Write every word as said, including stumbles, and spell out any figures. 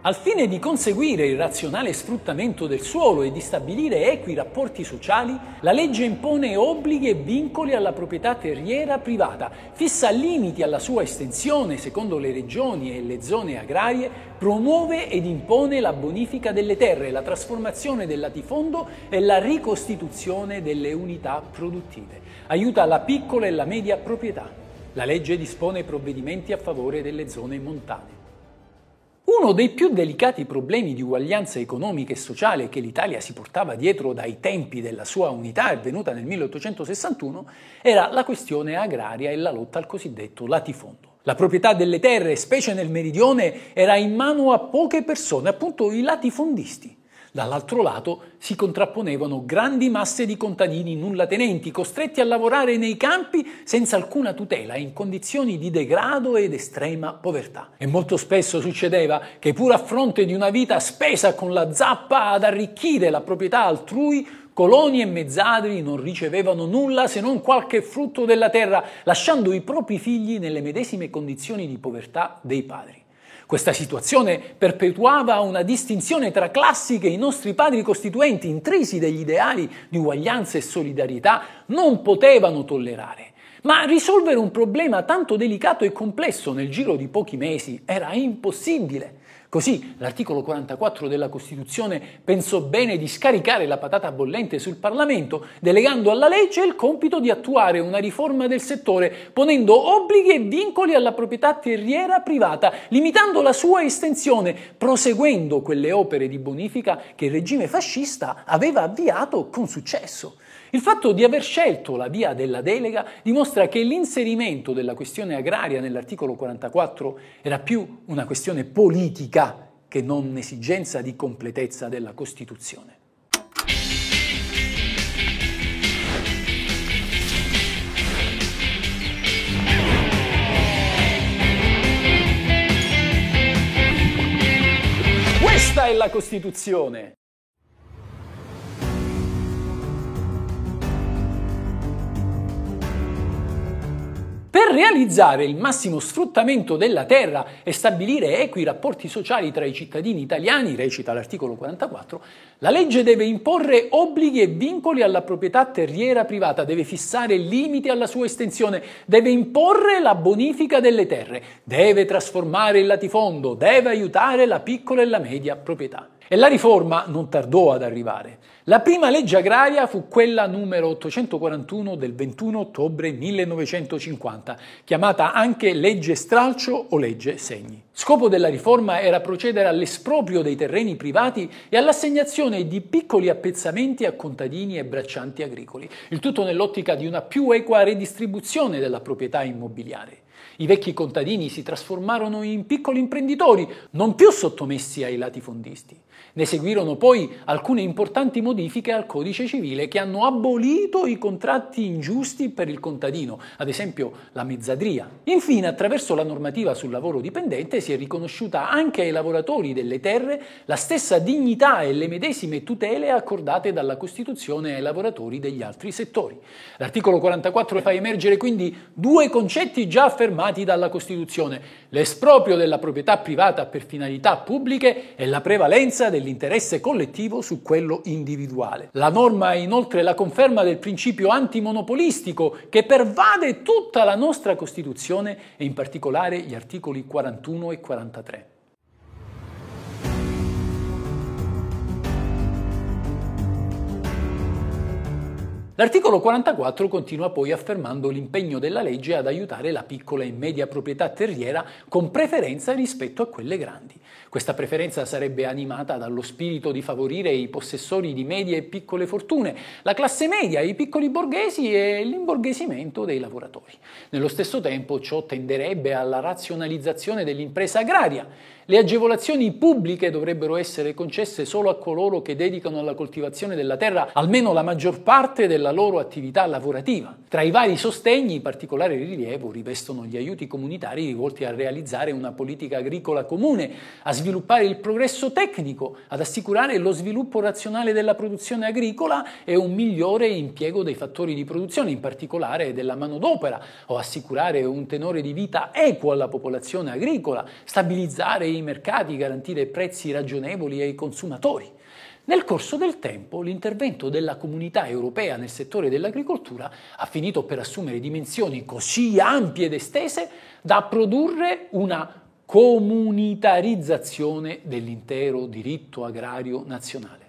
Al fine di conseguire il razionale sfruttamento del suolo e di stabilire equi rapporti sociali, la legge impone obblighi e vincoli alla proprietà terriera privata, fissa limiti alla sua estensione secondo le regioni e le zone agrarie, promuove ed impone la bonifica delle terre, la trasformazione del latifondo e la ricostituzione delle unità produttive. Aiuta la piccola e la media proprietà. La legge dispone provvedimenti a favore delle zone montane. Uno dei più delicati problemi di uguaglianza economica e sociale che l'Italia si portava dietro dai tempi della sua unità avvenuta nel milleottocentosessantuno era la questione agraria e la lotta al cosiddetto latifondo. La proprietà delle terre, specie nel meridione, era in mano a poche persone, appunto i latifondisti. Dall'altro lato si contrapponevano grandi masse di contadini nullatenenti, costretti a lavorare nei campi senza alcuna tutela, in condizioni di degrado ed estrema povertà. E molto spesso succedeva che, pur a fronte di una vita spesa con la zappa ad arricchire la proprietà altrui, coloni e mezzadri non ricevevano nulla se non qualche frutto della terra, lasciando i propri figli nelle medesime condizioni di povertà dei padri. Questa situazione perpetuava una distinzione tra classi che i nostri padri costituenti, intrisi degli ideali di uguaglianza e solidarietà, non potevano tollerare. Ma risolvere un problema tanto delicato e complesso nel giro di pochi mesi era impossibile. Così l'articolo quarantaquattro della Costituzione pensò bene di scaricare la patata bollente sul Parlamento, delegando alla legge il compito di attuare una riforma del settore, ponendo obblighi e vincoli alla proprietà terriera privata, limitando la sua estensione, proseguendo quelle opere di bonifica che il regime fascista aveva avviato con successo. Il fatto di aver scelto la via della delega dimostra che l'inserimento della questione agraria nell'articolo quarantaquattro era più una questione politica che non un'esigenza di completezza della Costituzione. Questa è la Costituzione! Per realizzare il massimo sfruttamento della terra e stabilire equi rapporti sociali tra i cittadini italiani, recita l'articolo quarantaquattro, la legge deve imporre obblighi e vincoli alla proprietà terriera privata, deve fissare limiti alla sua estensione, deve imporre la bonifica delle terre, deve trasformare il latifondo, deve aiutare la piccola e la media proprietà. E la riforma non tardò ad arrivare. La prima legge agraria fu quella numero ottocentoquarantuno del ventuno ottobre millenovecentocinquanta, chiamata anche legge stralcio o legge segni. Scopo della riforma era procedere all'esproprio dei terreni privati e all'assegnazione di piccoli appezzamenti a contadini e braccianti agricoli, il tutto nell'ottica di una più equa redistribuzione della proprietà immobiliare. I vecchi contadini si trasformarono in piccoli imprenditori, non più sottomessi ai latifondisti. Ne seguirono poi alcune importanti modifiche al codice civile che hanno abolito i contratti ingiusti per il contadino, ad esempio la mezzadria. Infine, attraverso la normativa sul lavoro dipendente si è riconosciuta anche ai lavoratori delle terre la stessa dignità e le medesime tutele accordate dalla Costituzione ai lavoratori degli altri settori. L'articolo quarantaquattro fa emergere quindi due concetti già affermati dalla Costituzione: l'esproprio della proprietà privata per finalità pubbliche e la prevalenza dell'interesse collettivo su quello individuale. La norma è inoltre la conferma del principio antimonopolistico che pervade tutta la nostra Costituzione e in particolare gli articoli quarantuno e quarantatré. L'articolo quarantaquattro continua poi affermando l'impegno della legge ad aiutare la piccola e media proprietà terriera con preferenza rispetto a quelle grandi. Questa preferenza sarebbe animata dallo spirito di favorire i possessori di medie e piccole fortune, la classe media, i piccoli borghesi e l'imborghesimento dei lavoratori. Nello stesso tempo ciò tenderebbe alla razionalizzazione dell'impresa agraria. Le agevolazioni pubbliche dovrebbero essere concesse solo a coloro che dedicano alla coltivazione della terra almeno la maggior parte della della loro attività lavorativa. Tra i vari sostegni, particolare rilievo rivestono gli aiuti comunitari rivolti a realizzare una politica agricola comune, a sviluppare il progresso tecnico, ad assicurare lo sviluppo razionale della produzione agricola e un migliore impiego dei fattori di produzione, in particolare della manodopera, o assicurare un tenore di vita equo alla popolazione agricola, stabilizzare i mercati, garantire prezzi ragionevoli ai consumatori. Nel corso del tempo l'intervento della Comunità Europea nel settore dell'agricoltura ha finito per assumere dimensioni così ampie ed estese da produrre una comunitarizzazione dell'intero diritto agrario nazionale.